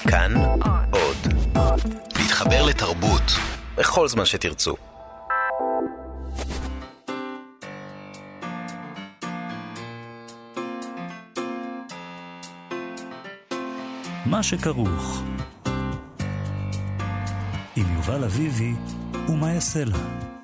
כאן עוד. להתחבר לתרבות בכל זמן שתרצו. מה שכרוך עם יובל אביבי ומה יעשה לה.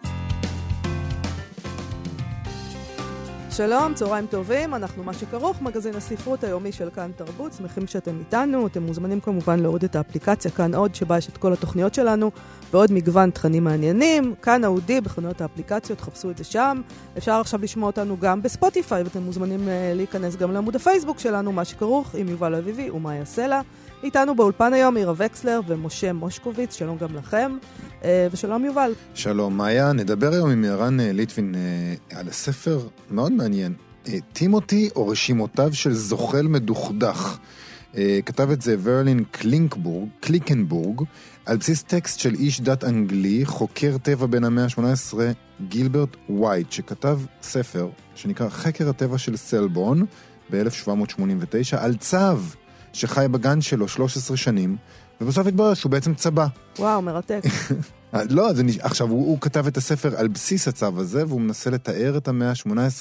שלום, צהריים טובים, אנחנו מה שכרוך, מגזין הספרות היומי של כאן תרבות, שמחים שאתם איתנו, אתם מוזמנים כמובן להוריד את האפליקציה כאן עוד, שבה יש את כל התוכניות שלנו, ועוד מגוון תכנים מעניינים, כאן אודי בחנויות האפליקציות, חפשו את זה שם, אפשר עכשיו לשמוע אותנו גם בספוטיפיי, ואתם מוזמנים להיכנס גם לעמוד הפייסבוק שלנו, מה שכרוך, עם יובל אביבי ומה יעשה לה. איתנו באולפן היום מירה וקסלר ומשה מושקוביץ, שלום גם לכם, ושלום יובל. שלום מאיה, נדבר היום עם ערן ליטווין על הספר מאוד מעניין, טימותי או רשימותיו של זוחל מדוכדך. כתב את זה ורלין קליקנבורג, על בסיס טקסט של איש דת אנגלי, חוקר טבע בין המאה ה-18, גילברט ווייט, שכתב ספר שנקרא חקר הטבע של סלבון ב-1789, על צב שחי בגן שלו 13 שנים, ובסוף התברר שהוא בעצם צבא. וואו, מרתק. לא, עכשיו הוא כתב את הספר על בסיס הצו הזה, והוא מנסה לתאר את המאה ה-18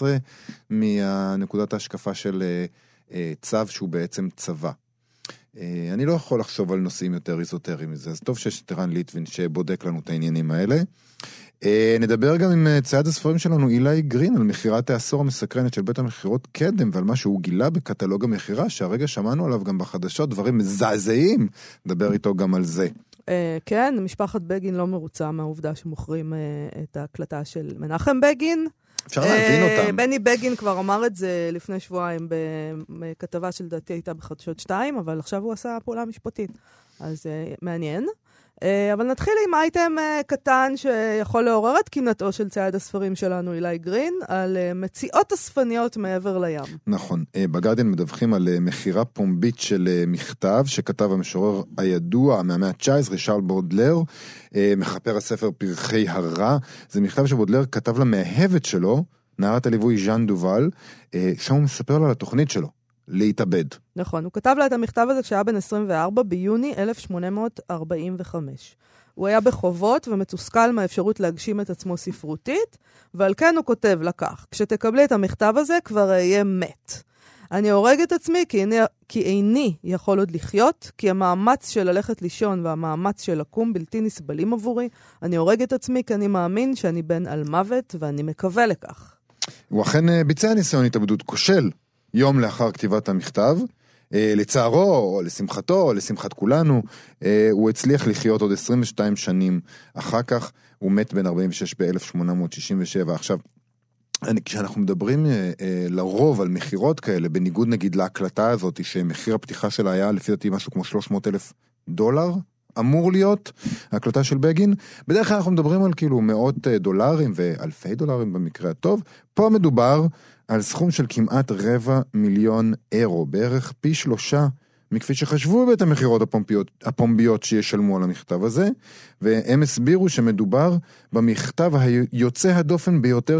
מנקודת ההשקפה של צו שהוא בעצם צבא. אני לא יכול לחשוב על נושאים יותר איזוטריים מזה, אז טוב שיש את ערן ליטווין שבודק לנו את העניינים האלה. נדבר גם עם צייד הספרים שלנו אילי גרין על מחירת העשור המסקרנת של בית המחירות קדם, ועל מה שהוא גילה בקטלוג המחירה, שהרגע שמענו עליו גם בחדשות, דברים מזעזעים, נדבר איתו גם על זה. כן, משפחת בגין לא מרוצה מהעובדה שמוכרים את ההקלטה של מנחם בגין. אפשר להבין אותם. בני בגין כבר אמר את זה לפני שבועיים בכתבה של דעתי הייתה בחדשות 2, אבל עכשיו הוא עשה פעולה משפטית. אז מעניין. אבל נתחיל עם אייטם קטן שיכול לעורר את קינתו של צייד הספרים שלנו, אילי גרין, על מציאות הספניות מעבר לים. נכון. בגרדיאן מדווחים על מחירה פומבית של מכתב שכתב המשורר הידוע מהמאה ה-19, שארל בודלר, מחפר הספר פרחי הרע. זה מכתב שבודלר כתב למאהבת שלו, נערת הליווי ז'אן דובל, שם הוא מספר לה על התוכנית שלו. להתאבד. נכון, הוא כתב לה את המכתב הזה כשהיה בן 24 ביוני 1845. הוא היה בחובות ומתוסכל מהאפשרות להגשים את עצמו ספרותית, ועל כן הוא כותב לכך, כשתקבלי את המכתב הזה כבר אהיה מת. אני הורג את עצמי כי איני יכול עוד לחיות, כי המאמץ של ללכת לישון והמאמץ של לקום בלתי נסבלים עבורי. אני הורג את עצמי כי אני מאמין שאני בן על מוות ואני מקווה לכך. הוא אכן ביצע ניסיון התאבדות כושל. יום לאחר כתיבת המכתב, לצערו, או לשמחתו, או לשמחת כולנו, הוא הצליח לחיות עוד 22 שנים. אחר כך הוא מת בן 46 ב-1867. עכשיו, כשאנחנו מדברים לרוב על מחירות כאלה, בניגוד נגיד להקלטה הזאת, שמחיר הפתיחה שלה היה לפי דעתי משהו כמו $300,000, אמור להיות ההקלטה של בגין, בדרך כלל אנחנו מדברים על כאילו $100 ואלפי דולרים במקרה הטוב. פה מדובר על סכום של כמעט €250,000, בערך פי 3 מכפי שחשבו בית המחירות הפומביות שישלמו על המכתב הזה, והם הסבירו שמדובר במכתב היוצא הדופן ביותר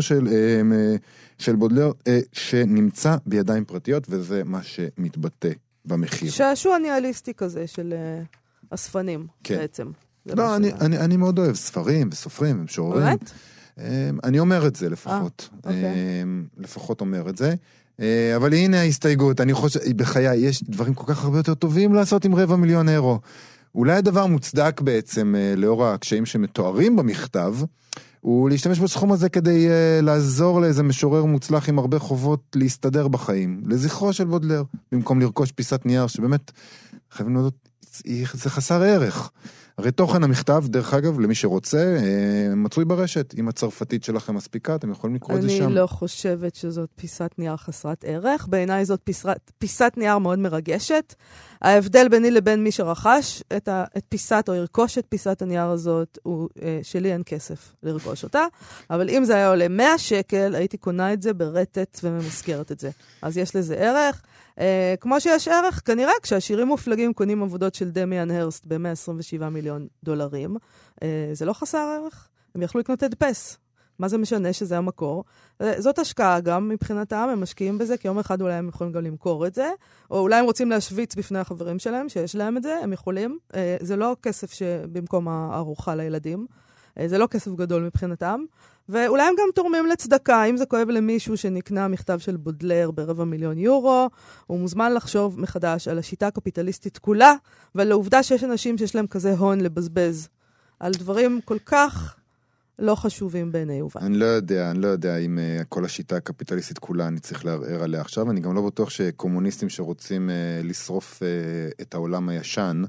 של בודלר, שנמצא בידיים פרטיות, וזה מה שמתבטא במחיר. שעשוע ניאליסטי כזה של הספנים, כן. בעצם. לא, אני מאוד אוהב ספרים וסופרים ומשוררים. באמת? אני אומר את זה לפחות. לפחות אומר את זה. אבל הנה ההסתייגות. אני חושב, בחיי יש דברים כל כך הרבה יותר טובים לעשות עם €250,000. אולי הדבר מוצדק בעצם, לאור הקשיים שמתוארים במכתב, הוא להשתמש בסכום הזה כדי לעזור לאיזה משורר מוצלח עם הרבה חובות להסתדר בחיים, לזכרו של בודלר, במקום לרכוש פיסת נייר, שבאמת, חייבים לדעת, זה חסר ערך. הרי תוכן המכתב, דרך אגב, למי שרוצה, מצוי ברשת. אם הצרפתית שלכם מספיקה, אתם יכולים לקרוא את זה שם. אני לא חושבת שזאת פיסת נייר חסרת ערך. בעיניי זאת פיסת נייר מאוד מרגשת. ההבדל ביני לבין מי שרכש את פיסת או ירכוש את פיסת הנייר הזאת, שלי אין כסף לרכוש אותה. אבל אם זה היה עולה $100, הייתי קונה את זה ברטט וממזכרת את זה. אז יש לזה ערך. כמו שיש ערך, כנראה כשהשירים מופלגים קונים עבודות של דמיאן הרסט ב$127 מיליון, זה לא חסר ערך. הם יכלו לקנות הדפס. מה זה משנה שזה המקור? זאת השקעה גם מבחינתם, הם משקיעים בזה, כי יום אחד אולי הם יכולים גם למכור את זה, או אולי הם רוצים להשוויץ בפני החברים שלהם, שיש להם את זה, הם יכולים. זה לא כסף שבמקום הארוחה לילדים, זה לא כסף גדול מבחינתם, ואולי הם גם תורמים לצדקה, אם זה כואב למישהו שנקנה מכתב של בודלר ב250,000 יורו, הוא מוזמן לחשוב מחדש על השיטה הקפיטליסטית כולה, ועל העובדה שיש אנשים שיש להם כזה הון לבזבז, על דברים כל כך לא חשובים בעיני יובל. אני לא יודע אם כל השיטה הקפיטליסטית כולה אני צריך לערער עליה עכשיו, אני גם לא בטוח שקומוניסטים שרוצים לשרוף את העולם הישן,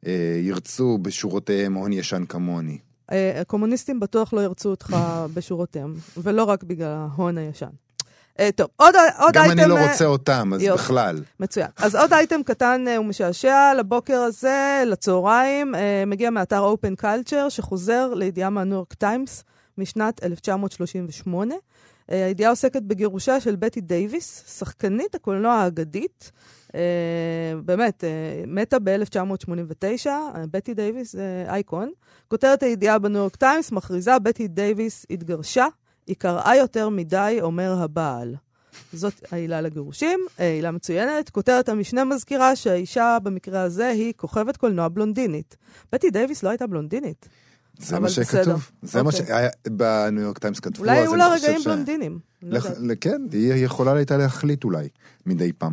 ירצו בשורותיהם הון ישן כמוני. הקומוניסטים בטוח לא ירצו אותך בשורותיהם, ולא רק בגלל ההון הישן. טוב, עוד גם אייטם... אני לא רוצה אותם, אז בכלל. מצוין. אז עוד אייטם קטן ומשעשע לבוקר הזה, לצהריים, מגיע מאתר Open Culture, שחוזר לידיעה מהניו יורק טיימס משנת 1938. הידיעה עוסקת בגירושה של בטי דייביס, שחקנית הקולנוע האגדית, באמת, מתה ב-1989, בטי דייביס זה אייקון. כותרת הידיעה בניו יורק טיימס מכריזה, בטי דייביס התגרשה, היא קראה יותר מדי, אומר הבעל. זאת העילה לגירושים, עילה מצוינת. כותרת המשנה מזכירה שהאישה במקרה הזה היא כוכבת קולנוע בלונדינית. בטי דייביס לא הייתה בלונדינית. זה מה שכתוב. זה מה שבניו יורק טיימס כתבו. אולי היו לה רגעים בלונדינים. כן, היא יכולה הייתה להחליט אולי, מדי פעם.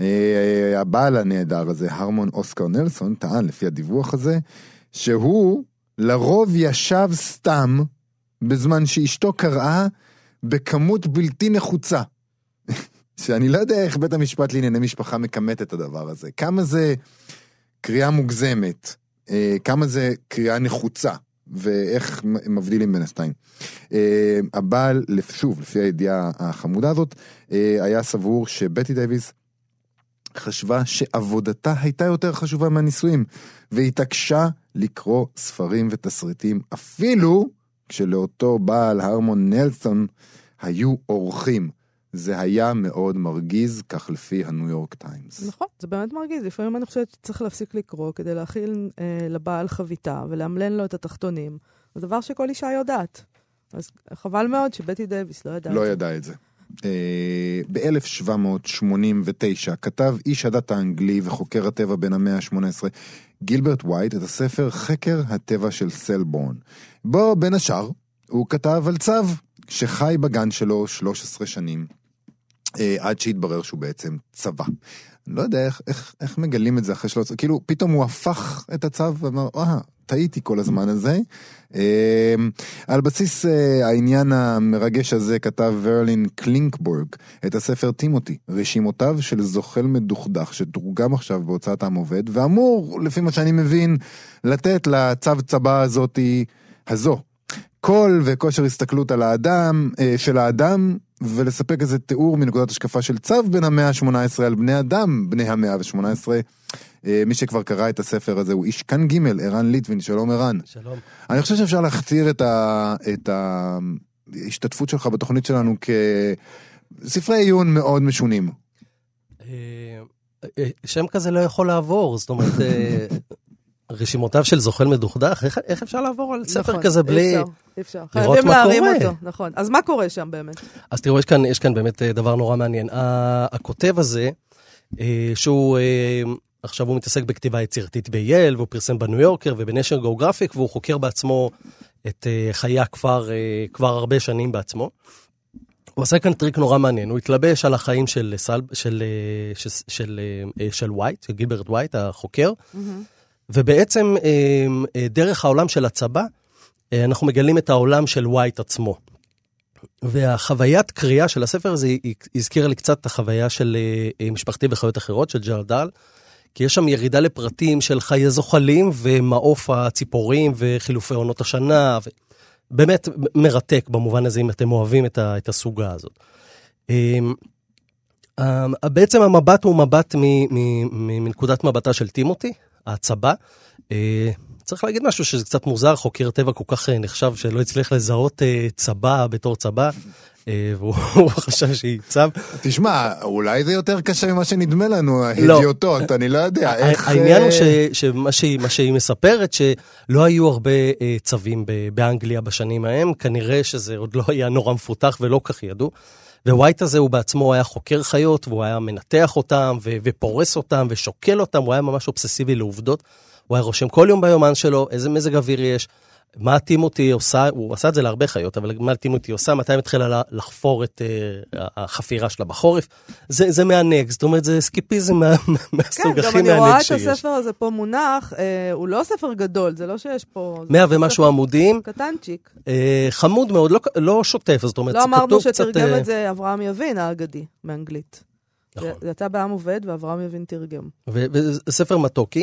הבעל הנהדר הזה, הרמון אוסקר נלסון, טען לפי הדיווח הזה, שהוא לרוב ישב סתם, בזמן שאשתו קראה בכמות בלתי נחוצה. שאני לא יודע איך בית המשפט לענייני משפחה מקמת את הדבר הזה. כמה זה קריאה מוגזמת, כמה זה קריאה נחוצה, ואיך מבדילים בין השתיים. הבעל, שוב, לפי הידיעה החמודה הזאת, היה סבור שבטי דייביס חשבה שעבודתה הייתה יותר חשובה מהנישואים, והתעקשה לקרוא ספרים ותסריטים, אפילו כשלאותו בעל הרמון נלסון היו אורחים. זה היה מאוד מרגיז, כך לפי הניו יורק טיימס. נכון, זה באמת מרגיז. לפעמים אני חושבת שצריך להפסיק לקרוא כדי להכיל לבעל חביתה ולאמלן לו את התחתונים. זה דבר שכל אישה יודעת. אז חבל מאוד שבטי דייביס לא ידע את זה. לא ידע את זה. ב-1789 כתב איש הדת האנגלי וחוקר הטבע בן המאה ה-18 גילברט ווייט את הספר חקר הטבע של סלבורן. בו בין השאר הוא כתב על צב שחי בגן שלו 13 שנים עד שהתברר שהוא בעצם צבא. אני לא יודע איך מגלים את זה אחרי 13, כאילו פתאום הוא הפך את הצו ואמר, טעיתי כל הזמן הזה. על בסיס העניין המרגש הזה כתב ורלין קלינקבורג את הספר טימותי, רשימותיו של זוחל מדוכדך, שתורגם עכשיו בהוצאת עם עובד, ואמור, לפי מה שאני מבין, לתת לצו צבא הזו קול וכושר הסתכלות על האדם, של האדם, ולספק איזה תיאור מנקודת השקפה של צו בין המאה ה-18 על בני אדם, בני המאה ה-18. מי שכבר קרא את הספר הזה הוא איש כאן ג' ערן ליטווין, שלום ערן. שלום. אני חושב שאפשר להכתיר את ההשתתפות שלך בתוכנית שלנו כספרי עיון מאוד משונים. שם כזה לא יכול לעבור, זאת אומרת, רשימותיו של זוחל מדוכדך, איך אפשר לעבור על ספר כזה בלי אפשר. לראות מה להרים קורה? אותו, נכון. אז מה קורה שם באמת? אז תראו, יש כאן באמת דבר נורא מעניין. הכותב הזה, שהוא עכשיו הוא מתעסק בכתיבה יצירתית בייל, והוא פרסם בניו יורקר ובנשר גיאוגרפיק, והוא חוקר בעצמו את חיי הכפר כבר הרבה שנים בעצמו. הוא עושה כאן טריק נורא מעניין, הוא התלבש על החיים של ווייט, של גילברט ווייט, החוקר, ובעצם דרך העולם של הצבא, אנחנו מגלים את העולם של ווייט עצמו. והחוויית קריאה של הספר הזה, היא הזכירה לי קצת את החוויה של משפחתי וחיות אחרות, של ג'רדל, כי יש שם ירידה לפרטים של חיי זוחלים, ומעוף הציפורים, וחילופי עונות השנה, באמת מרתק במובן הזה, אם אתם אוהבים את הסוגה הזאת. בעצם המבט הוא מבט מנקודת מבטה של טימותי, הצבא. צריך להגיד משהו שזה קצת מוזר, חוקר טבע כל כך נחשב שלא הצליח לזהות צבא בתור צבא, והוא חשב שהיא צב. תשמע, אולי זה יותר קשה ממה שנדמה לנו, ההדיוטות, אני לא יודע. העניין הוא שמה שהיא מספרת, שלא היו הרבה צבים באנגליה בשנים ההם, כנראה שזה עוד לא היה נורא מפותח ולא כך ידעו, ווייט הזה הוא בעצמו היה חוקר חיות, והוא היה מנתח אותם ופורס אותם ושוקל אותם, הוא היה ממש אובססיבי לעובדות, הוא היה רושם כל יום ביומן שלו, איזה מזג אוויר יש, מה טימותי עושה, הוא עשה את זה להרבה חיות, אבל מה טימותי עושה, מתי מתחילה לחפור את החפירה שלה בחורף, זה מענג, זאת אומרת, זה סקיפיזם מהסוג הכי מענג שיש. כן, גם אני רואה את הספר הזה פה מונח, הוא לא ספר גדול, זה לא שיש פה... 100 ומשהו עמודים. קטנצ'יק. חמוד מאוד, לא שוטף, זאת אומרת, לא אמרנו שתרגם את זה אברהם יבין, האגדי, מאנגלית. זה יצא בעם עובד, ואברהם יבין תרגם. וספר מתוקי.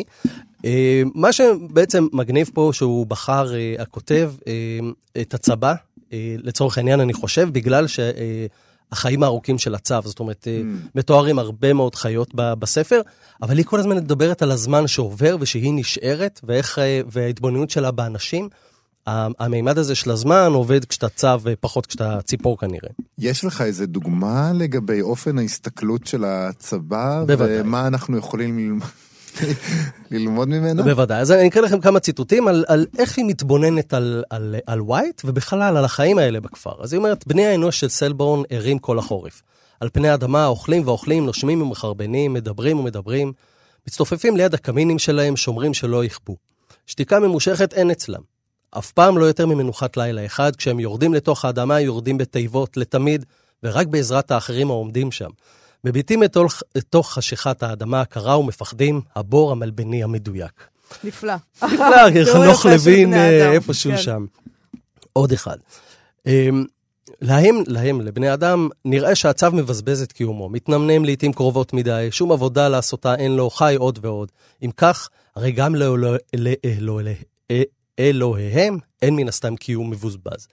מה שבעצם מגניב פה, שהוא בחר, הכותב, את הצבא, לצורך העניין אני חושב, בגלל שהחיים הארוכים של הצב, זאת אומרת, מתוארים הרבה מאוד חיות בספר, אבל היא כל הזמן מדברת על הזמן שעובר, ושהיא נשארת, וההתבוננות שלה באנשים, המימד הזה של הזמן עובד כשאתה צב ופחות כשאתה ציפור כנראה. יש לך איזה דוגמה לגבי אופן ההסתכלות של הצבא, בוודאי. ומה אנחנו יכולים ללמוד ממנו? בוודאי. אז אני אקרא לכם כמה ציטוטים על איך היא מתבוננת על ווייט, ובכלל על החיים האלה בכפר. אז היא אומרת, בני האנוש של סלבורן ערים כל החורף. על פני האדמה אוכלים ואוכלים, נושמים ומחרבנים, מדברים ומדברים, מצטופפים ליד הקמינים שלהם, שומרים שלא יכבו. שתיקה ממושכת אין אצלם. אף פעם לא יותר ממנוחת לילה אחד, כשהם יורדים לתוך האדמה, יורדים בתיבות לתמיד, ורק בעזרת האחרים העומדים שם. מביטים לתוך חשיכת האדמה הקרה ומפחדים, הבור המלבני המדויק. נפלא. נפלא, חנוך לוין איפשהו שם. עוד אחד. להם, לבני אדם, נראה שהצו מבזבז את קיומו, מתנמנם לעתים קרובות מדי, שום עבודה לעשותה אין לו, חי עוד ועוד. אם כך, הרי גם אלוהיהם, אין מן הסתם קיום מבוזבז.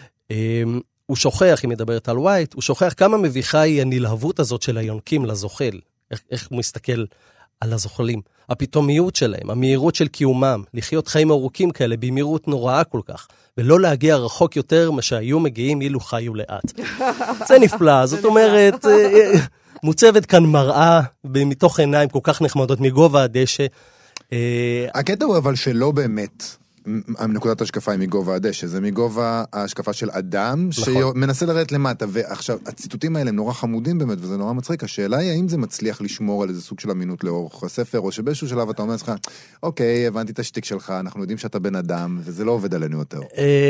הוא שוכח, אם מדברת על ווייט, הוא שוכח כמה מביכה היא הנלהבות הזאת של היונקים לזוחל. איך הוא מסתכל על הזוחלים. הפתאומיות שלהם, המהירות של קיומם, לחיות חיים ארוכים כאלה במהירות נוראה כל כך, ולא להגיע רחוק יותר מה שהיו מגיעים אילו חיו לאט. זה נפלא, זאת אומרת, מוצבת כאן מראה מתוך עיניים כל כך נחמדות מגובה הדשא. הקטע הוא אבל שלא באמת... נקודת השקפה היא מגובה הדשא, זה מגובה ההשקפה של אדם שמנסה לרדת למטה, ועכשיו הציטוטים האלה הם נורא חמודים באמת, וזה נורא מצחיק, השאלה היא האם זה מצליח לשמור על איזה סוג של אמינות לאורך הספר, או שבאיזשהו שלב אתה אומר לך, אוקיי, הבנתי את השתיק שלך, אנחנו יודעים שאתה בן אדם, וזה לא עובד עלינו יותר.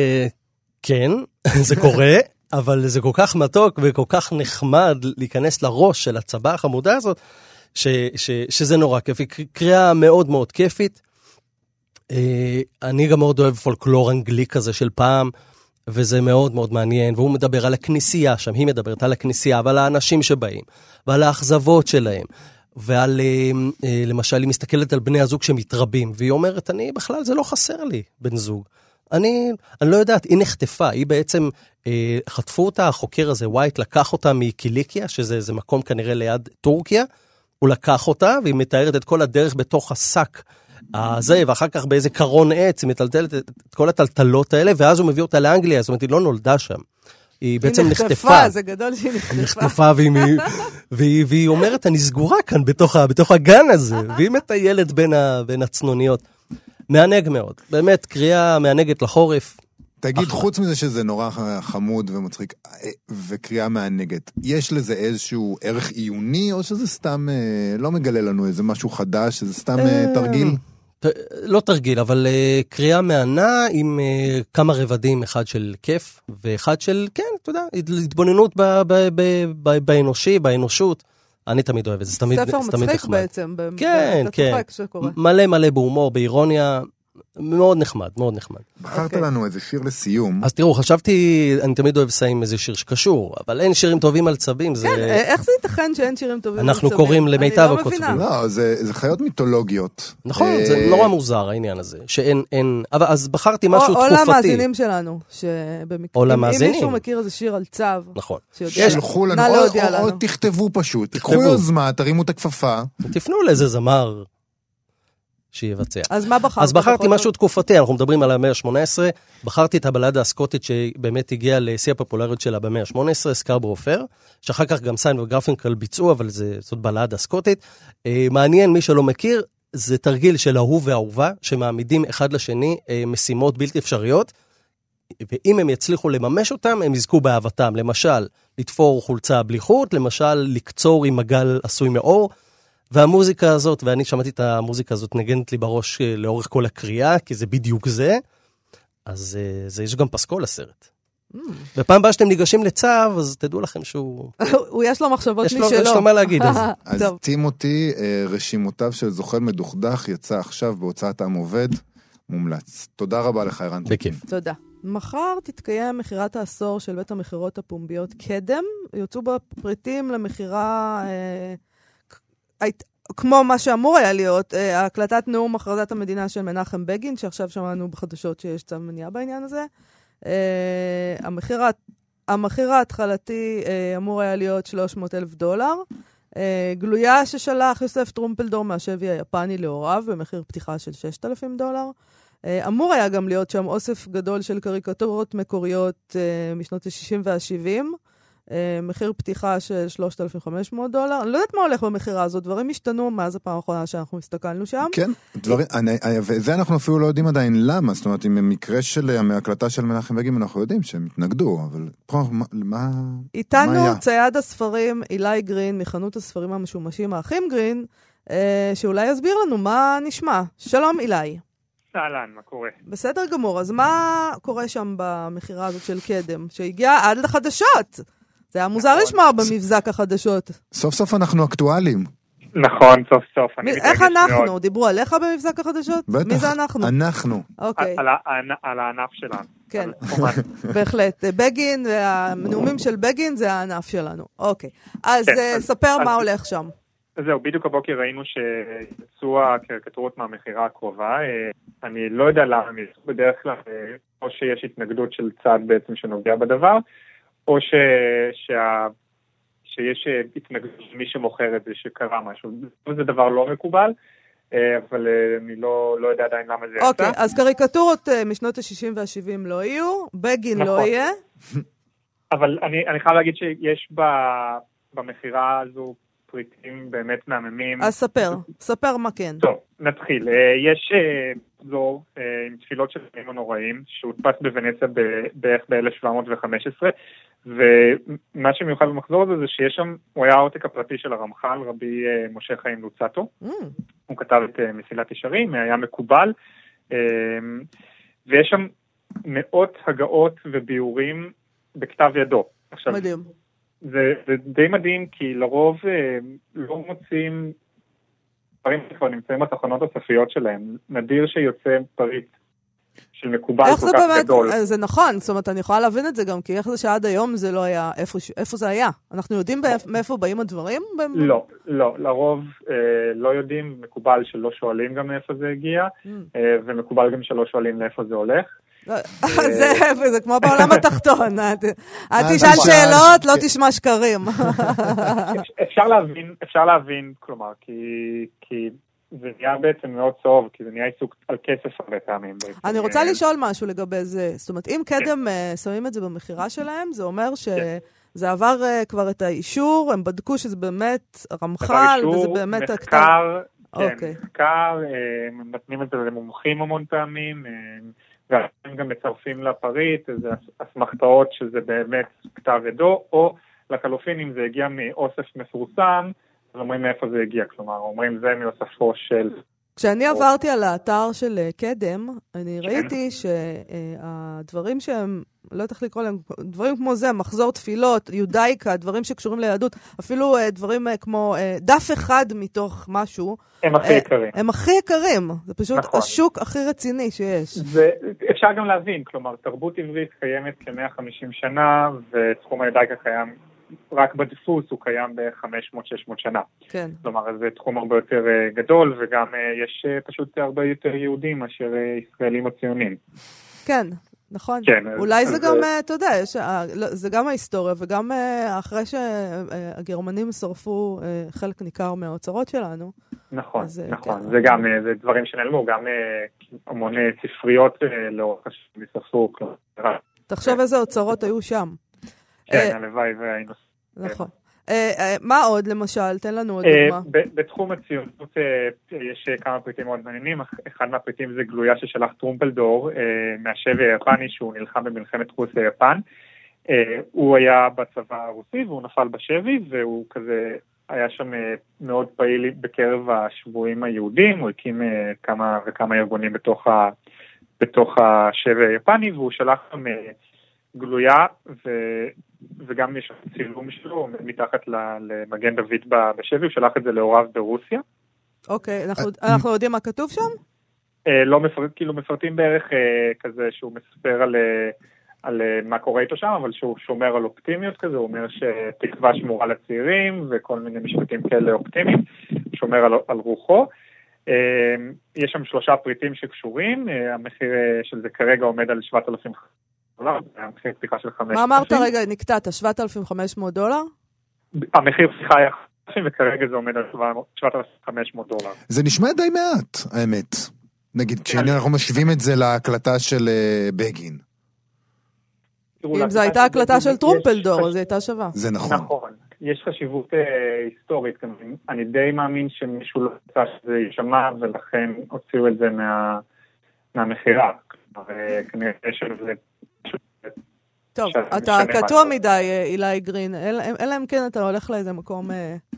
כן, זה קורה, אבל זה כל כך מתוק וכל כך נחמד להיכנס לראש של הצבא החמודה הזאת, שזה נורא כיפי, קריאה מאוד מאוד כיפית, אני גם מאוד אוהב פולקלור אנגלי כזה של פעם, וזה מאוד מאוד מעניין, והוא מדבר על הכנסייה שם, היא מדברת על הכנסייה, ועל האנשים שבאים, ועל האכזבות שלהם, ועל, למשל, היא מסתכלת על בני הזוג שמתרבים, והיא אומרת, אני בכלל, זה לא חסר לי, בן זוג. אני לא יודעת, היא נחטפה, היא בעצם, חטפו אותה, החוקר הזה, ווייט, לקח אותה מקיליקיה, שזה מקום כנראה ליד טורקיה, הוא לקח אותה, והיא מתארת את כל הדרך בתוך השק, הזה, ואחר כך באיזה קרון עץ, היא מטלטלת את כל הטלטלות האלה, ואז הוא מביא אותה לאנגליה, זאת אומרת, היא לא נולדה שם. היא בעצם נחטפה. זה גדול שהיא נחטפה. נחטפה, והיא אומרת, אני סגורה כאן בתוך הגן הזה, והיא מטיילת בין הצנוניות. מענג מאוד. באמת, קריאה מענגת לחורף. תגיד, חוץ מזה שזה נורא חמוד ומצחיק, וקריאה מענגת, יש לזה איזשהו ערך עיוני, או שזה סתם לא מגלה לנו איזה משהו חדש, שזה סתם תרגיל? לא תרגיל, אבל קריאה מענה עם כמה רבדים, אחד של כיף, ואחד של, כן, אתה יודע, התבוננות באנושי, באנושות. אני תמיד אוהב את זה, זה תמיד נחמד. ספר מצחיק בעצם, כן, כן. מלא בהומור, באירוניה, מאוד נחמד, מאוד נחמד. בחרת לנו איזה שיר לסיום. אז תראו, חשבתי, אני תמיד אוהב לסיים איזה שיר שקשור, אבל אין שירים טובים על צבים. כן, איך זה ייתכן שאין שירים טובים על צבים? אנחנו קוראים למיטב הקוצבים. לא, זה חיות מיתולוגיות. נכון, זה נורא מוזר העניין הזה, שאין, אבל אז בחרתי משהו תקופתי. או למאזינים שלנו, אם מישהו מכיר איזה שיר על צב, נכון. שלחו לנו, או תכתבו פשוט, תקחו יוזמה, תרימו את הכפפה. תפנו לאיזה זמר. שיבצע. אז מה בחרת? אז בחרתי משהו תקופתי, אנחנו מדברים על המאה ה-18, בחרתי את הבלדה הסקוטית שבאמת הגיעה לשיא הפופולריות שלה במאה ה-18, סקרברו פר, שאחר כך גם סיין וגרפינקל ביצעו, אבל זאת בלדה סקוטית. מעניין, מי שלא מכיר, זה תרגיל של אהוב ואהובה, שמעמידים אחד לשני משימות בלתי אפשריות, ואם הם יצליחו לממש אותם, הם יזכו באהבתם. למשל, לתפור חולצה בלי חוט, למשל, לקצור עם מגל עשוי מאור, והמוזיקה הזאת, ואני שמעתי את המוזיקה הזאת נגנת לי בראש לאורך כל הקריאה, כי זה בדיוק זה, אז יש גם פסקול לסרט. בפעם הבאה שאתם ניגשים לצו, אז תדעו לכם שהוא... יש לו מחשבות משלו. יש לו מה להגיד על זה. אז טימותי, רשימותיו של זוכל מדוכדך, יצא עכשיו בהוצאת עם עובד, מומלץ. תודה רבה לך, ערן. בכיף. תודה. מחר תתקיים מחירת העשור של בית המחירות הפומביות קדם, יוצאו בפריטים למחירה... כמו מה שאמור היה להיות, הקלטת נאום הכרזת המדינה של מנחם בגין, שעכשיו שמענו בחדשות שיש צו מניעה בעניין הזה. המחיר ההתחלתי אמור היה להיות $300,000. גלויה ששלח יוסף טרומפלדור מהשבי היפני להוריו, במחיר פתיחה של $6,000. אמור היה גם להיות שם אוסף גדול של קריקטורות מקוריות משנות ה-60 וה-70, מחיר פתיחה של $3,500. אני לא יודעת מה הולך במחירה הזאת, דברים השתנו מאז הפעם האחרונה שאנחנו הסתכלנו שם. כן, וזה אנחנו אפילו לא יודעים עדיין למה, זאת אומרת, אם במקרה של ההקלטה של מנחם בגין אנחנו יודעים שהם התנגדו, אבל פה, מה היה? איתנו צייד הספרים אילי גרין, מחנות הספרים המשומשים האחים גרין, שאולי יסביר לנו מה נשמע. שלום אילי. אהלן, מה קורה? בסדר גמור, אז מה קורה שם במחירה הזאת של קדם, שהגיעה עד לחדשות? זה היה מוזר לשמוע במבזק החדשות. סוף סוף אנחנו אקטואלים. נכון, סוף סוף. איך אנחנו? דיברו עליך במבזק החדשות? בטח, מי זה אנחנו? אנחנו. אוקיי. על הענף שלנו. כן, בהחלט. בגין, והנאומים של בגין זה הענף שלנו. אוקיי. אז ספר מה הולך שם. זהו, בדיוק הבוקר ראינו שיצאו הקריקטורות מהמחירה הקרובה. אני לא יודע למה, בדרך כלל, או שיש התנגדות של צד בעצם שנוגע בדבר, או שיש התנגדות מי שמוכר את זה שקרה משהו. זה דבר לא מקובל, אבל אני לא יודע עדיין למה זה יצא. אוקיי, אז קריקטורות משנות ה-60 וה-70 לא יהיו, בגין לא יהיה. אבל אני חייב להגיד שיש במחירה הזו פריטים באמת מהממים. אז ספר מה כן. טוב, נתחיל. יש זו עם תפילות של הימים הנוראים, שהודפס בוונציה בערך ב-1715, ומה שמיוחד במחזור הזה זה שיש שם, הוא היה העותק הפרטי של הרמח"ל, רבי משה חיים לוצטו. הוא כתב את מסילת ישרים, היה מקובל, ויש שם מאות הגאות וביאורים בכתב ידו. מדהים. זה די מדהים, כי לרוב לא מוצאים דברים שכבר נמצאים בתחנות הסופיות שלהם. נדיר שיוצא פריט של מקובל כל כך גדול. זה נכון, זאת אומרת, אני יכולה להבין את זה גם, כי איך זה שעד היום זה לא היה, איפה זה היה? אנחנו יודעים מאיפה באים הדברים? לא, לרוב לא יודעים, מקובל שלא שואלים גם מאיפה זה הגיע, ומקובל גם שלא שואלים לאיפה זה הולך. זה כמו בעולם התחתון, תשאל שאלות, לא תשמע שקרים. אפשר להבין, כלומר, כי זה נהיה בעצם מאוד צהוב, כי זה נהיה עיסוק על כסף הרבה פעמים. אני רוצה לשאול משהו לגבי זה, זאת אומרת, אם קדם שמים את זה במחירה שלהם, זה אומר שזה עבר כבר את האישור, הם בדקו שזה באמת רמח"ל, וזה באמת מחקר, מחקר, נותנים את זה למומחים המון פעמים, והם גם מצרפים לפריט, איזה אסמכתאות שזה באמת כתב ידו, או לחלופין, אם זה הגיע מאוסף מפורסם, אז אומרים מאיפה זה הגיע, כלומר, אומרים זה מאוספו של... כשאני עברתי על האתר של קדם, אני ראיתי שהדברים שהם, לא יודעת איך לקרוא להם, דברים כמו זה, מחזור תפילות, יודאיקה, דברים שקשורים ליהדות, אפילו דברים כמו דף אחד מתוך משהו, הם הכי יקרים. הם הכי יקרים, זה פשוט השוק הכי רציני שיש. אפשר גם להבין, כלומר, תרבות עברית קיימת כ-150 שנה, ותחום היודאיקה קיים רק בדפוס הוא קיים ב-500-600 שנה. כן. כלומר, זה תחום הרבה יותר גדול, וגם יש פשוט הרבה יותר יהודים מאשר ישראלים הציונים. כן. נכון. כן, אולי זה גם, אתה יודע, זה גם ההיסטוריה, וגם אחרי שהגרמנים שרפו חלק ניכר מהאוצרות שלנו. נכון, נכון. זה גם, זה דברים שנעלמו, גם המון ספריות לאורך השנים שרפו. תחשוב איזה אוצרות היו שם. כן, הלוואי והיינו. נכון. מה עוד, למשל? תן לנו עוד דוגמה. בתחום הציונות יש כמה פריטים מאוד מעניינים. אחד מהפריטים זה גלויה ששלח טרומפלדור מהשבי היפני, שהוא נלחם במלחמת רוסיה-יפן. הוא היה בצבא הרוסי והוא נפל בשבי, והוא כזה היה שם מאוד פעיל בקרב השבויים היהודים. הוא הקים כמה וכמה ארגונים בתוך השבי היפני, והוא שלח שם גלויה, וגם יש צילום שלו מתחת למגן דוד בשבי, הוא שלח את זה להוריו ברוסיה. אוקיי, אנחנו יודעים מה כתוב שם? לא כאילו מפרטים בערך כזה שהוא מספר על מה קורה איתו שם, אבל שהוא שומר על אופטימיות כזה, הוא אומר שתקווה שמורה לצעירים, וכל מיני משפטים כאלה אופטימיים, שומר על רוחו. יש שם 3 פריטים שקשורים, המחיר של זה כרגע עומד על $7,000. המחיר פתיחה של 5,000. מה אמרת רגע, נקטעת, $7,500? המחיר פתיחה היה 5,000, וכרגע זה עומד על $7,500. זה נשמע די מעט, האמת. נגיד, כשאנחנו משווים את זה להקלטה של בגין. אם זו הייתה הקלטה של טרומפלדור, אז היא הייתה שווה. זה נכון. נכון. יש חשיבות היסטורית. אני די מאמין שמישהו לא רוצה שזה יישמע, ולכן הוציאו את זה מהמחירה. כנראה שזה טוב, אתה קטוע מדי, אילי גרין, אלא אם כן אתה הולך לאיזה מקום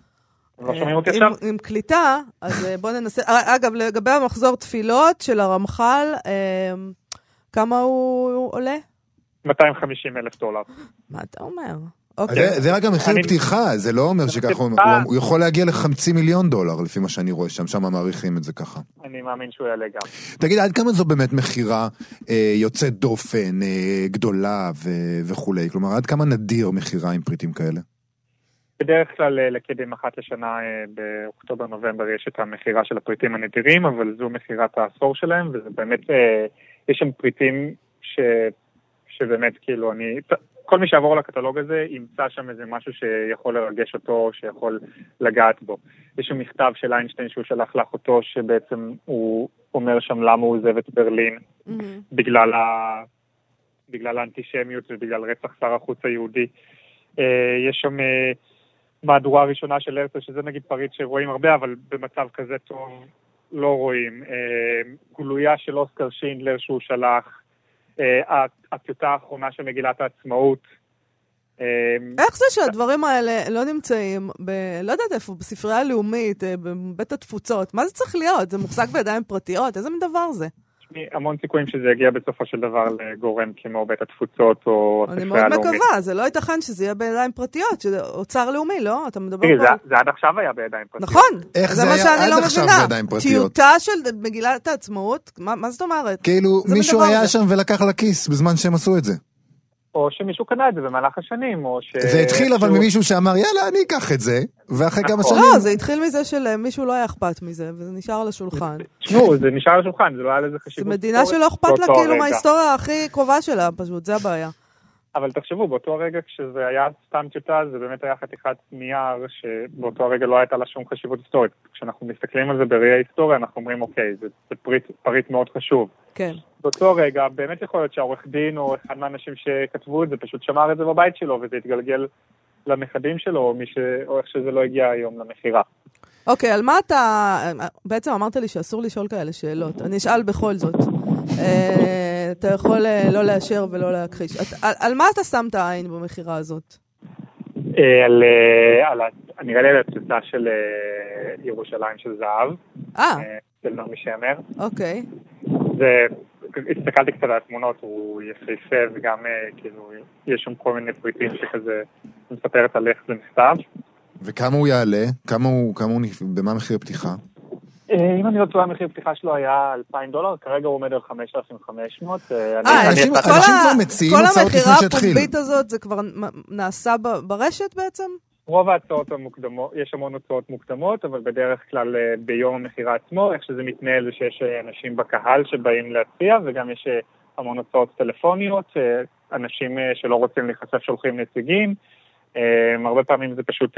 עם קליטה, אז בוא ננסה. אגב, לגבי המחזור תפילות של הרמח"ל, כמה הוא עולה? $250,000. מה אתה אומר? זה רק המחיר פתיחה, זה לא אומר שככה, הוא יכול להגיע $500,000 לפי מה שאני רואה שם, שם מעריכים את זה ככה. אני מאמין שהוא יעלה גם. תגיד, עד כמה זו באמת מחירה יוצאת דופן, גדולה וכולי? כלומר, עד כמה נדיר מחירה עם פריטים כאלה? בדרך כלל לקדם אחת לשנה באוקטובר-נובמבר יש את המחירה של הפריטים הנדירים, אבל זו מחירת העשור שלהם, וזה באמת, יש שם פריטים שבאמת כאילו כל מי שעבור לקטלוג הזה ימצא שם איזה משהו שיכול לרגש אותו, שיכול לגעת בו. יש שם מכתב של איינשטיין שהוא שלח לאחותו, שבעצם הוא אומר שם למה הוא עוזב את ברלין, בגלל האנטישמיות ובגלל רצח שר החוץ היהודי. יש שם מהדורה הראשונה של הרצל, שזה נגיד פריט שרואים הרבה, אבל במצב כזה טוב לא רואים. גלויה של אוסקר שינדלר שהוא שלח, הטיוטה האחרונה של מגילת העצמאות. איך זה שהדברים האלה לא נמצאים לא יודעת איפה, בספרייה הלאומית, בבית התפוצות? מה זה צריך להיות? זה מוחזק בידיים פרטיות? איזה מין דבר זה? המון סיכויים שזה יגיע בסופו של דבר לגורם כמו בית התפוצות או הספרייה הלאומית. אני מאוד מקווה, זה לא ייתכן שזה יהיה בידיים פרטיות, שזה אוצר לאומי, לא? אתה מדבר פה. זה עד עכשיו היה בידיים פרטיות. נכון, זה מה שאני לא מבינה. טיוטה של מגילת העצמאות, מה זאת אומרת? כאילו מישהו היה שם ולקח לכיס בזמן שהם עשו את זה. או שמישהו קנה את זה במהלך השנים, או ש... זה התחיל אבל ממישהו שאמר, יאללה, אני אקח את זה, ואחרי כמה שנים... לא, זה התחיל מזה שלמישהו לא היה אכפת מזה, וזה נשאר על השולחן. תשמעו, זה נשאר על השולחן, זה לא היה לזה חשיבות. זה מדינה שלא אכפת לה כאילו מההיסטוריה הכי קרובה שלה, פשוט, זה הבעיה. אבל תחשבו, באותו הרגע כשזה היה סתם טיוטה, זה באמת היה חתיכת נייר, שבאותו הרגע לא הייתה לה שום חשיבות היסטורית. כשאנחנו מסתכלים על זה בראי ההיסטוריה, אנחנו אומרים, אוקיי, זה פריט מאוד חשוב. כן. באותו רגע, באמת יכול להיות שהעורך דין או אחד מהאנשים שכתבו את זה, פשוט שמר את זה בבית שלו, וזה התגלגל לנכדים שלו, או איך שזה לא הגיע היום למחירה. אוקיי, על מה אתה... בעצם אמרת לי שאסור לשאול כאלה שאלות. אני אשאל בכל זאת. אתה יכול לא לאשר ולא להכחיש. על מה אתה שם את העין במחירה הזאת? נראה לי על התוצאה של ירושלים של זהב. של נעמי שמר. אוקיי. הסתכלתי קצת על התמונות, הוא יפהפה וגם כאילו יש שם כל מיני פריטים שכזה מספרת על איך זה נכתב. וכמה הוא יעלה? במה מחיר פתיחה? אם אני לא טועה, המחיר פתיחה שלו היה $2,000, כרגע הוא עומד על 5,500. אנשים כבר מציעים הצעות לפני שהתחיל. כל המחירה הפומבית הזאת, זה כבר נעשה ברשת בעצם? רוב ההצעות המוקדמות, יש המון הצעות מוקדמות, אבל בדרך כלל ביום המחירה עצמו, איך שזה מתנהל זה שיש אנשים בקהל שבאים להציע, וגם יש המון הוצאות טלפוניות, אנשים שלא רוצים להיחשף שולחים נציגים, הרבה פעמים זה פשוט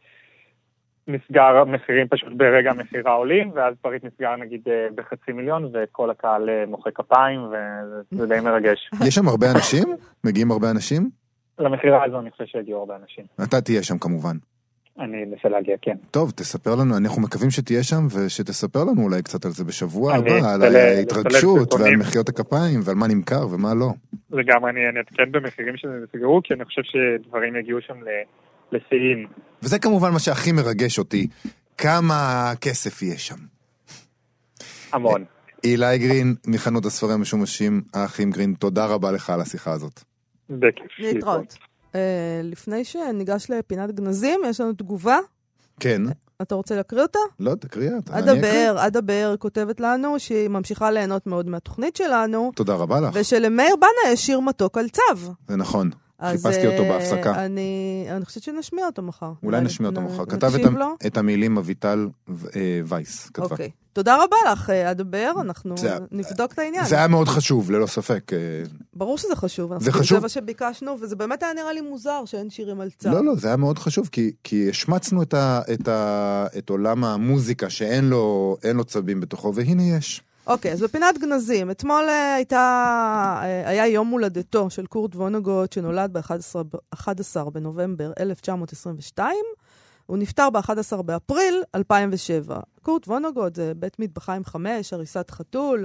נסגר, מחירים פשוט ברגע המחירה עולים, ואז פריט נסגר נגיד ב500,000, וכל הקהל מוחא כפיים, וזה די מרגש. יש שם הרבה אנשים? מגיעים הרבה אנשים? למחירה הזו אני חושב שהגיעו הרבה אנשים. אתה תהיה שם כמובן. אני אנסה להגיע, כן. טוב, תספר לנו, אנחנו מקווים שתהיה שם, ושתספר לנו אולי קצת על זה בשבוע הבא, על ההתרגשות ועל מחיאות הכפיים, ועל מה נמכר ומה לא. וגם אני אתקן במחירים שנסגרו, כי אני חושב שדברים יגיעו שם לשיאים. וזה כמובן מה שהכי מרגש אותי, כמה כסף יש שם. המון. אילי גרין, מחנות הספרים המשומשים, האחים גרין, תודה רבה לך על השיחה הזאת. בכיף. להתראות. לפני שניגש לפינת גנזים, יש לנו תגובה. כן. אתה רוצה להקריא אותה? לא, תקריא אותה. עדה באר כותבת לנו שהיא ממשיכה ליהנות מאוד מהתוכנית שלנו. תודה רבה לך. ושלמאיר בנה יש שיר מתוק על צו. זה נכון. חיפשתי אותו בהפסקה. אני חושבת שנשמיע אותו מחר. אולי נשמיע אותו מחר. כתב את המילים אביטל וייס. אוקיי. תודה רבה לך, עדה באר. אנחנו נבדוק את העניין. זה היה מאוד חשוב, ללא ספק. ברור שזה חשוב. זה חשוב. זה מה שביקשנו, וזה באמת היה נראה לי מוזר שאין שירים על צו. לא, זה היה מאוד חשוב, כי השמצנו את עולם המוזיקה שאין לו צבים בתוכו, והנה יש. אוקיי, אז בפינת גנזים, אתמול היה יום הולדתו של קורט וונגוט, שנולד ב-11 בנובמבר 1922, הוא נפטר ב-11 באפריל 2007. קורט וונגוט זה בית מטבחיים 5, הריסת חתול,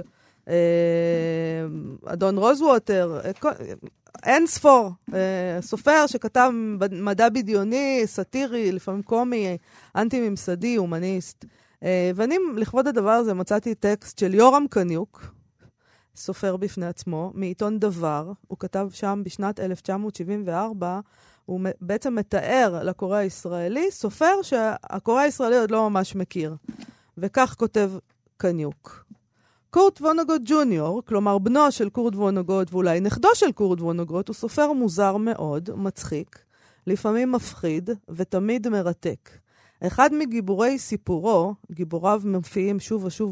אדון רוזווטר, אין ספור, סופר שכתב מדע בדיוני, סאטירי, לפעמים קומי, אנטי-ממסדי, הומניסט. ואני, לכבוד הדבר הזה, מצאתי טקסט של יורם קניוק, סופר בפני עצמו, מעיתון דבר. הוא כתב שם בשנת 1974, הוא בעצם מתאר לקורא הישראלי, סופר שהקורא הישראלי עוד לא ממש מכיר. וכך כותב קניוק. קורט וונגוט ג'וניור, כלומר בנו של קורט וונגוט ואולי נכדו של קורט וונגוט, הוא סופר מוזר מאוד, מצחיק, לפעמים מפחיד ותמיד מרתק. אחד מגיבורי סיפורו, גיבוריו מופיעים שוב ושוב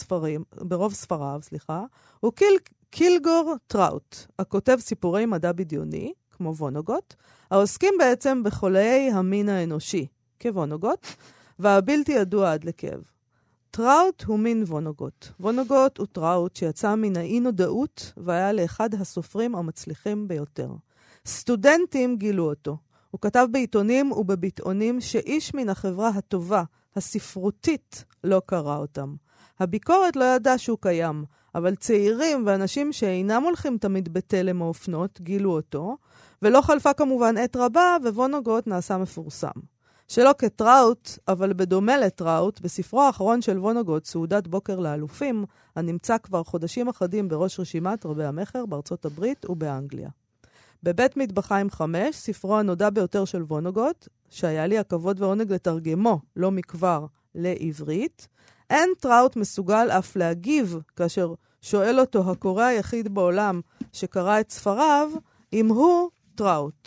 ברוב ספריו, הוא קילגור טראוט, הכותב סיפורי מדע בדיוני, כמו וונגוט, העוסקים בעצם בחולי המין האנושי, כוונגוט, והבלתי ידוע עד לכאב. טראוט הוא מין וונגוט. וונגוט הוא טראוט שיצא מן האי-נודעות, והיה לאחד הסופרים המצליחים ביותר. סטודנטים גילו אותו. הוא כתב בעיתונים ובביטאונים שאיש מן החברה הטובה, הספרותית, לא קרא אותם. הביקורת לא ידעה שהוא קיים, אבל צעירים ואנשים שאינם הולכים תמיד בתלם או אופנות גילו אותו, ולא חלפה כמובן עת רבה, ווונגוט נעשה מפורסם. שלא כטראוט, אבל בדומה לטראוט, בספרו האחרון של וונגוט, סעודת בוקר לאלופים, הנמצא כבר חודשים אחדים בראש רשימת רבי המחר בארצות הברית ובאנגליה. בבית מטבחיים 5, ספרו הנודע ביותר של וונגוט, שהיה לי הכבוד ועונג לתרגמו, לא מכבר, לעברית, אין טראוט מסוגל אף להגיב, כאשר שואל אותו הקורא היחיד בעולם שקרא את ספריו, אם הוא טראוט.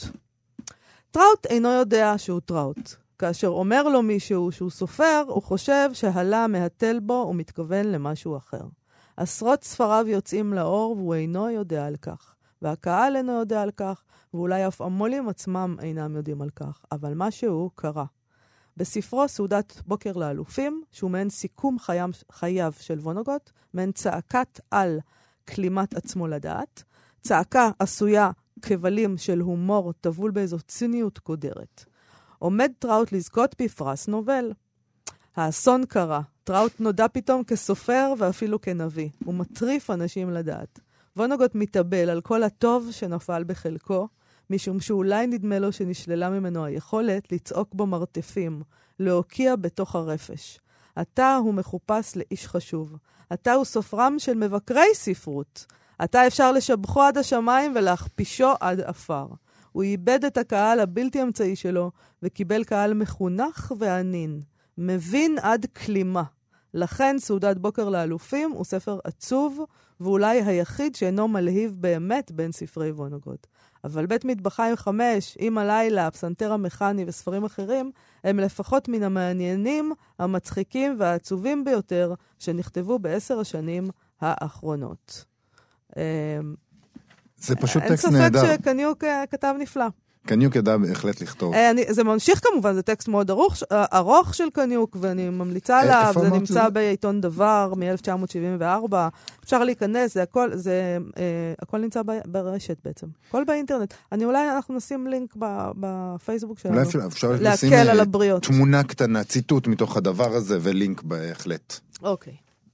טראוט אינו יודע שהוא טראוט. כאשר אומר לו מישהו שהוא סופר, הוא חושב שהלה מהתל בו ומתכוון למשהו אחר. עשרות ספריו יוצאים לאור והוא אינו יודע על כך. והקהל אינו יודע על כך, ואולי אף המולים עצמם אינם יודעים על כך. אבל משהו קרה. בספרו סעודת בוקר לאלופים, שהוא מעין סיכום חייו של וונגוט, מעין צעקת על כלימת עצמו לדעת, צעקה עשויה כבלים של הומור טבול באיזו ציניות קודרת. עומד טראוט לזכות בפרס נובל. האסון קרה. טראוט נודע פתאום כסופר ואפילו כנביא. הוא מטריף אנשים לדעת. וונגוט מתאבל על כל הטוב שנפל בחלקו, משום שאולי נדמה לו שנשללה ממנו היכולת לצעוק בו מרתפים, להוקיע בתוך הרפש. עתה הוא מחופש לאיש חשוב. עתה הוא סופרם של מבקרי ספרות. עתה אפשר לשבחו עד השמיים ולהכפישו עד אפר. הוא איבד את הקהל הבלתי אמצעי שלו, וקיבל קהל מחונך וענין. מבין עד כלימה. לכן סעודת בוקר לאלופים הוא ספר עצוב, ואולי היחיד שאינו מלהיב באמת בין ספרי וונגוט. אבל בית מטבחיים 5, עם הלילה, הפסנתר המכני וספרים אחרים, הם לפחות מן המעניינים, המצחיקים והעצובים ביותר שנכתבו ב10 השנים האחרונות. זה פשוט טקסט נהדר. אין ספק שקניוק כתב נפלא. קניוק ידע בהחלט לכתוב. זה ממשיך כמובן, זה טקסט מאוד ארוך של קניוק, ואני ממליצה עליו, זה נמצא בעיתון דבר מ-1974, אפשר להיכנס, זה הכל נמצא ברשת בעצם, הכל באינטרנט. אולי אנחנו נשים לינק בפייסבוק שלנו, להקל על הבריות. תמונה קטנה, ציטוט מתוך הדבר הזה, ולינק בהחלט. אוקיי.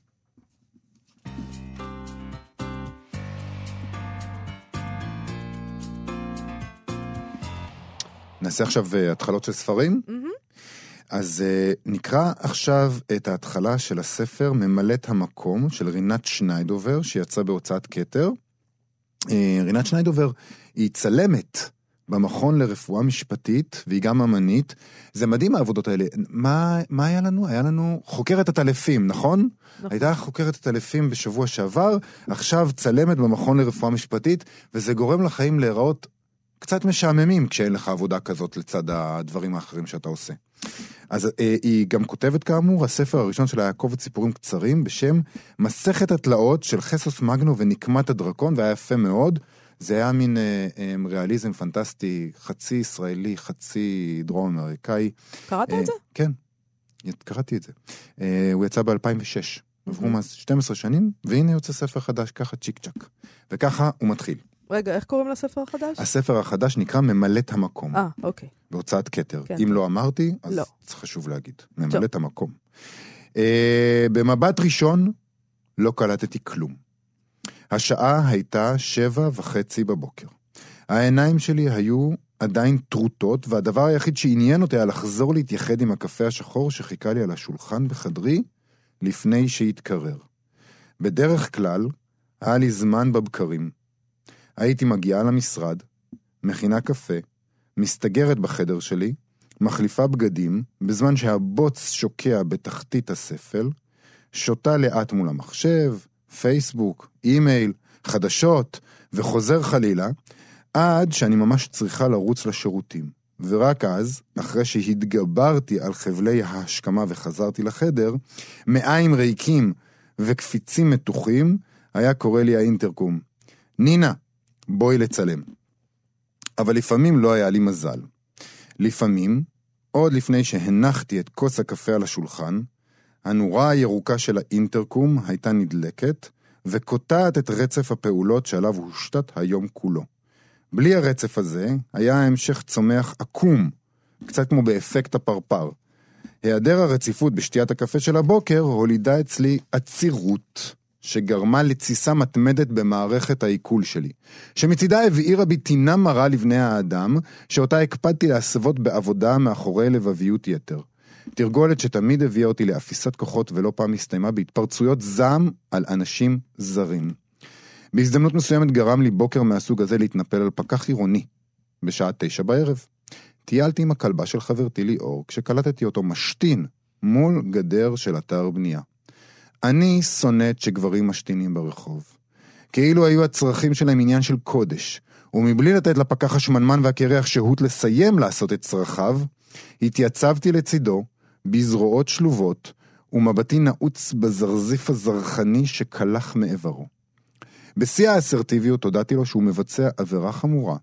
נעשה עכשיו התחלות של ספרים. אז נקרא עכשיו את ההתחלה של הספר ממלאת המקום של רינת שניידובר, שיצא בהוצאת כתר. רינת שניידובר היא צלמת במכון לרפואה משפטית, והיא גם אמנית. זה מדהים העבודות האלה. מה היה לנו? היה לנו חוקרת הטלפים, נכון? הייתה חוקרת הטלפים בשבוע שעבר, עכשיו צלמת במכון לרפואה משפטית, וזה גורם לחיים להיראות קצת משעממים כשאין לך עבודה כזאת לצד הדברים האחרים שאתה עושה. אז היא גם כותבת כאמור, הספר הראשון שלה היה קובץ סיפורים קצרים בשם מסכת התלאות של חסוס מגנו ונקמת הדרקון, והיה יפה מאוד. זה היה מין ריאליזם פנטסטי, חצי ישראלי, חצי דרום אמריקאי. קראת את זה? כן, קראתי את זה. הוא יצא ב-2006. עברו 12 שנים, והנה יוצא ספר חדש, ככה צ'יק צ'ק. וככה הוא מתחיל. רגע, איך קוראים לספר החדש? הספר החדש נקרא ממלאת המקום. אוקיי. בהוצאת כתר. כן. אם לא אמרתי, אז לא. זה חשוב להגיד. ממלאת המקום. במבט ראשון, לא קלטתי כלום. השעה הייתה 7:30 בבוקר. העיניים שלי היו עדיין טרוטות, והדבר היחיד שעניין אותי היה לחזור להתייחד עם הקפה השחור שחיכה לי על השולחן בחדרי, לפני שהתקרר. בדרך כלל, היה לי זמן בבקרים. הייתי מגיעה למשרד, מכינה קפה, מסתגרת בחדר שלי, מחליפה בגדים, בזמן שהבוץ שוקע בתחתית הספל, שותה לאט מול המחשב, פייסבוק, אימייל, חדשות, וחוזר חלילה, עד שאני ממש צריכה לרוץ לשירותים. ורק אז, אחרי שהתגברתי על חבלי ההשכמה וחזרתי לחדר, מעיים ריקים וקפיצים מתוחים, היה קורא לי האינטרקום. נינה, בואי לצלם. אבל לפעמים לא היה לי מזל. לפעמים, עוד לפני שהנחתי את כוס הקפה על השולחן, הנורה הירוקה של האינטרקום הייתה נדלקת, וקוטעת את רצף הפעולות שעליו הושתת היום כולו. בלי הרצף הזה, היה ההמשך צומח עקום, קצת כמו באפקט הפרפר. היעדר הרציפות בשתיית הקפה של הבוקר הולידה אצלי עצירות, שגרמה לתסיסה מתמדת במערכת העיכול שלי, שמצידה הבעירה בי טינה מרה לבני האדם, שאותה הקפדתי להסוות בעבודה מאחורי לבביות יתר. תרגולת שתמיד הביאה אותי לאפיסת כוחות ולא פעם הסתיימה בהתפרצויות זעם על אנשים זרים. בהזדמנות מסוימת גרם לי בוקר מהסוג הזה להתנפל על פקח עירוני, בשעה 9 בערב. טיילתי עם הכלבה של חברתי ליאור, כשקלטתי אותו משתין מול גדר של אתר בנייה. אני שונאת שגברים משתינים ברחוב. כאילו היו הצרכים שלהם עניין של קודש, ומבלי לתת לפקח השמנמן והקרח שהות לסיים לעשות את צרכיו, התייצבתי לצידו, בזרועות שלובות, ומבטי נעוץ בזרזיף הזרחני שקלח מעברו. בשיא האסרטיביות הודעתי לו שהוא מבצע עבירה חמורה,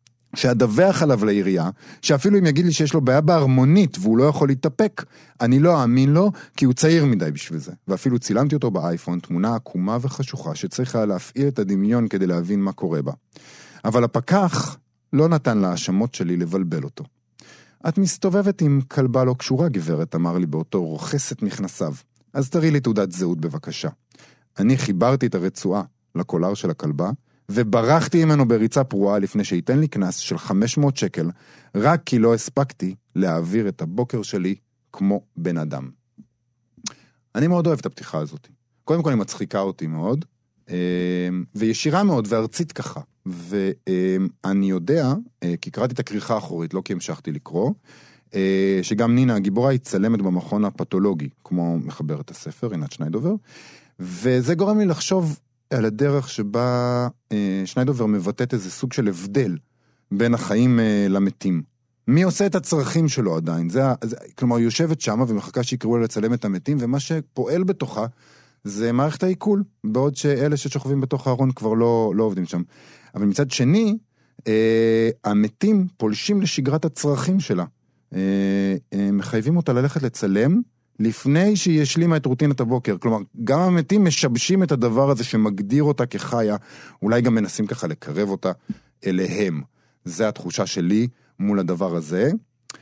שאדווח עליו לעירייה, שאפילו אם יגיד לי שיש לו בעיה בהרמונית והוא לא יכול להתאפק, אני לא אאמין לו, כי הוא צעיר מדי בשביל זה. ואפילו צילמתי אותו באייפון, תמונה עקומה וחשוכה, שצריך היה להפעיל את הדמיון כדי להבין מה קורה בה. אבל הפקח לא נתן להאשמות שלי לבלבל אותו. את מסתובבת עם כלבה לא קשורה, גברת, אמר לי באותו רוחסת מכנסיו. אז תראי לי תעודת זהות בבקשה. אני חיברתי את הרצועה לקולר של הכלבה, וברחתי ממנו בריצה פרועה לפני שייתן לי כנס של 500 שקל, רק כי לא הספקתי להעביר את הבוקר שלי כמו בן אדם. אני מאוד אוהב את הפתיחה הזאת. קודם כל היא מצחיקה אותי מאוד, וישירה מאוד וארצית ככה. ואני יודע, כי קראתי את הכריכה האחורית, לא כי המשכתי לקרוא, שגם נינה הגיבורה היא צלמת במכון הפתולוגי, כמו מחברת הספר, רינת שניידובר, וזה גורם לי לחשוב על הדרך שבה שניידובר מבטאת איזה סוג של הבדל בין החיים למתים. מי עושה את הצרכים שלו עדיין? כלומר, היא יושבת שמה ומחכה שיקראו לה לצלם את המתים, ומה שפועל בתוכה זה מערכת העיכול, בעוד שאלה ששוכבים בתוך הארון כבר לא עובדים שם. אבל מצד שני, המתים פולשים לשגרת הצרכים שלה. מחייבים אותה ללכת לצלם, לפני שהיא השלימה את רוטינת הבוקר. כלומר, גם המתים משבשים את הדבר הזה שמגדיר אותה כחיה, אולי גם מנסים ככה לקרב אותה אליהם. זה התחושה שלי מול הדבר הזה.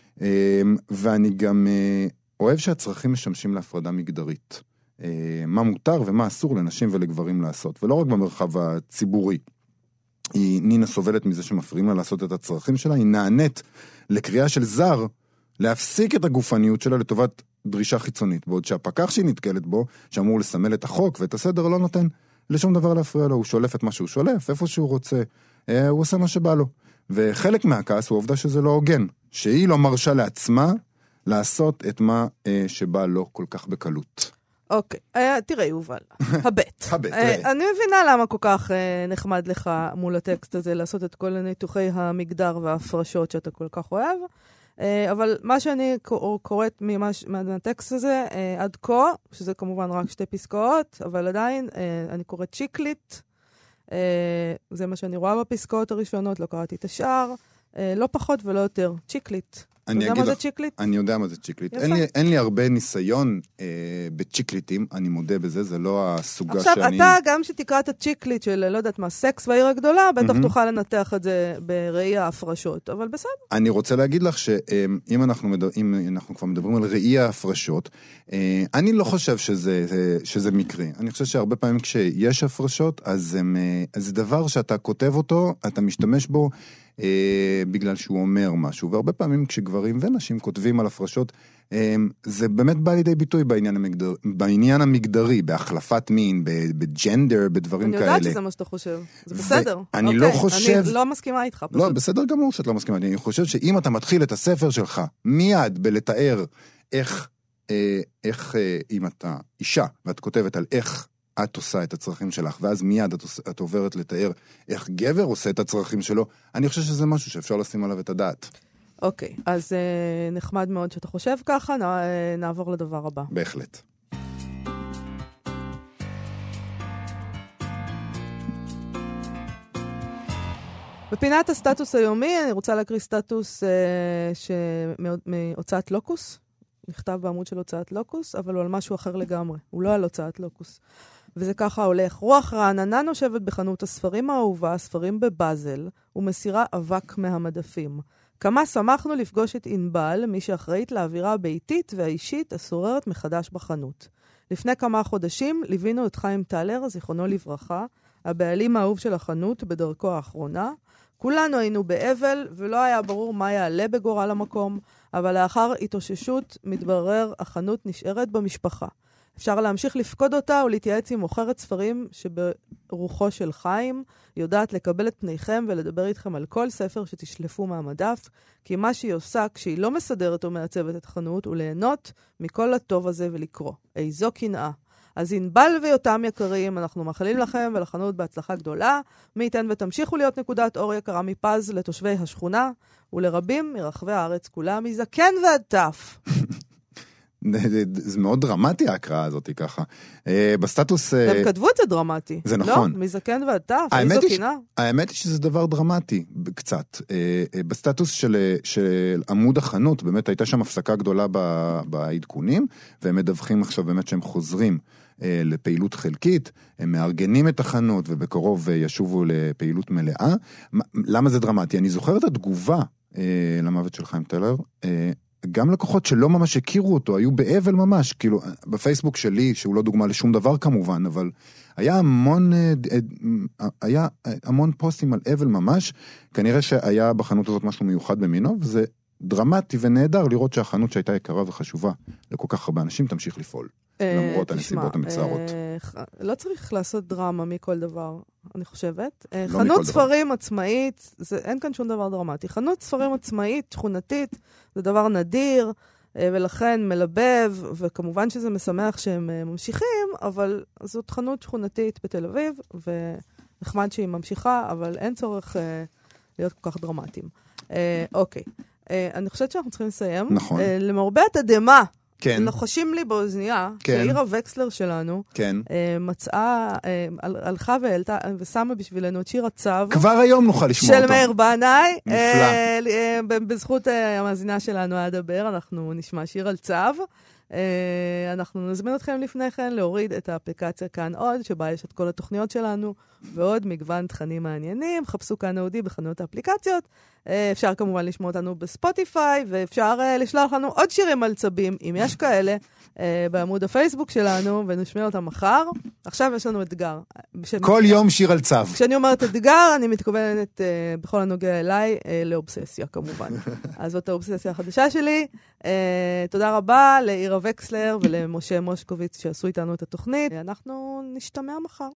ואני גם אוהב שהצרכים משמשים להפרדה מגדרית. מה מותר ומה אסור לנשים ולגברים לעשות, ולא רק במרחב הציבורי. נינה סובלת מזה שמפריעים לה לעשות את הצרכים שלה, היא נענית לקריאה של זר, להפסיק את הגופניות שלה לטובת דרישה חיצונית, בעוד שהפקח שהיא נתקלת בו, שאמור לסמל את החוק ואת הסדר, לא נותן לשום דבר להפריע לו, הוא שולף את מה שהוא שולף, איפה שהוא רוצה, הוא עושה מה שבא לו. וחלק מהכעס הוא העובדה שזה לא הוגן, שהיא לא מרשה לעצמה לעשות את מה שבא לו כל כך בקלות. אוקיי, תראה יובל, הבט. תראה. אני מבינה למה כל כך נחמד לך מול הטקסט הזה, לעשות את כל הניתוחי המגדר וההפרשות שאתה כל כך אוהב, אבל מה שאני קוראת מהטקסט הזה עד כה, שזה כמובן רק 2 פסקאות, אבל עדיין אני קוראת צ'יקלית, זה מה שאני רואה בפסקאות הראשונות, לא קראתי את השאר, לא פחות ולא יותר, צ'יקלית. אתה יודע מה זה צ'יקלית? אני יודע מה זה צ'יקלית. אין לי הרבה ניסיון בצ'יקליטים, אני מודה בזה, זה לא הסוגה שאני... עכשיו, אתה גם שתקרא את הצ'יקלית של, לא יודעת מה, סקס והעיר הגדולה, בטח תוכל לנתח את זה בראי ההפרשות, אבל בסדר. אני רוצה להגיד לך שאם אנחנו כבר מדברים על ראי ההפרשות, אני לא חושב שזה מקרי. אני חושב שהרבה פעמים כשיש הפרשות, אז זה דבר שאתה כותב אותו, אתה משתמש בו, בגלל שהוא אומר משהו, והרבה פעמים כשגברים ונשים כותבים על הפרשות, זה באמת בא לידי ביטוי בעניין המגדרי, בהחלפת מין, בג'נדר, בדברים כאלה. אני יודעת שזה מה שאתה חושב, זה בסדר. אני לא חושב... אני לא מסכימה איתך. לא, בסדר גמור שאת לא מסכימה. אני חושב שאם אתה מתחיל את הספר שלך, מיד בלתאר איך אם אתה אישה, ואת כותבת על איך את עושה את הצרכים שלך, ואז מיד את עוברת לתאר איך גבר עושה את הצרכים שלו, אני חושב שזה משהו שאפשר לשים עליו את הדעת. אוקיי, אז נחמד מאוד שאתה חושב ככה, נעבור לדבר הבא. בהחלט. בפינת הסטטוס היומי, אני רוצה להקריא סטטוס מהוצאת לוקוס, נכתב בעמוד של הוצאת לוקוס, אבל הוא על משהו אחר לגמרי, הוא לא על הוצאת לוקוס. וזה ככה הולך. רוח רעננה נושבת בחנות הספרים האהובה, ספרים בבאזל, ומסירה אבק מהמדפים. כמה שמחנו לפגוש את ענבל, מי שאחראית לאווירה הביתית והאישית השוררת מחדש בחנות. לפני כמה חודשים ליווינו את חיים טלר, זיכרונו לברכה, הבעלים האהוב של החנות בדרכו האחרונה. כולנו היינו באבל, ולא היה ברור מה יעלה בגורל המקום, אבל לאחר התאוששות מתברר החנות נשארת במשפחה. אפשר להמשיך לפקוד אותה ולהתייעץ עם מוכרת ספרים שברוחו של חיים, יודעת לקבל את פניכם ולדבר איתכם על כל ספר שתשלפו מהמדף, כי מה שהיא עושה כשהיא לא מסדרת או מעצבת את החנות, הוא ליהנות מכל הטוב הזה ולקרוא. איזו קנאה. אז ענבל ויותם יקרים, אנחנו מאחלים לכם ולחנות בהצלחה גדולה. מי ייתן ותמשיכו להיות נקודת אור יקרה מפז לתושבי השכונה, ולרבים מרחבי הארץ כולה, מזקן ועד טף. זה מאוד דרמטי ההקראה הזאת ככה. בסטטוס... הם כתבו את זה דרמטי. זה נכון. לא, מזקן ועד טף, איזו קינה. האמת היא שזה דבר דרמטי קצת. בסטטוס של עמוד החנות, באמת הייתה שם הפסקה גדולה בעדכונים, והם מדווחים עכשיו באמת שהם חוזרים לפעילות חלקית, הם מארגנים את החנות, ובקרוב ישובו לפעילות מלאה. למה זה דרמטי? אני זוכר את התגובה למוות של חיים טלר, גם לקוחות שלא ממש הכירו אותו, היו באבל ממש, כאילו, בפייסבוק שלי, שהוא לא דוגמה לשום דבר כמובן, אבל היה המון פוסטים על אבל ממש, כנראה שהיה בחנות הזאת משהו מיוחד במינו, וזה דרמטי ונהדר לראות שהחנות שהייתה יקרה וחשובה לכל כך הרבה אנשים תמשיך לפעול, למרות הנסיבות המצערות. לא צריך לעשות דרמה מכל דבר, אני חושבת. חנות ספרים עצמאית, אין כאן שום דבר דרמטי. חנות ספרים עצמאית, שכונתית, זה דבר נדיר, ולכן מלבב, וכמובן שזה משמח שהם ממשיכים, אבל זאת חנות שכונתית בתל אביב, ונחמד שהיא ממשיכה, אבל אין צורך להיות כל כך דרמטיים. אוקיי. אני חושבת שאנחנו צריכים לסיים. נכון. למרבה התדהמה, כן. לוחשים לי באוזנייה, כן. שעירה וקסלר שלנו, כן. מצאה, הלכה והעלתה, ושמה בשבילנו את שיר הצו. כבר היום נוכל לשמוע אותו. של מאיר בנאי. נפלא. בזכות המאזינה שלנו אדבר, אנחנו נשמע שיר על צו. אנחנו נזמין אתכם לפני כן להוריד את האפליקציה כאן עוד, שבה יש את כל התוכניות שלנו, ועוד מגוון תכנים מעניינים. חפשו כאן אודי בחנויות האפליקציות. אפשר כמובן לשמוע אותנו בספוטיפיי, ואפשר לשלוח לנו עוד שירים על צבים, אם יש כאלה, בעמוד הפייסבוק שלנו, ונשמיע אותם מחר. עכשיו יש לנו אתגר. כל יום שיר על צו. כשאני אומרת אתגר, אני מתכוונת בכל הנוגע אליי, לאובססיה כמובן. אז זאת האובססיה החדשה שלי. תודה רבה לעירה וקסלר ולמשה מושקוביץ שעשו איתנו את התוכנית. אנחנו נשתמע מחר.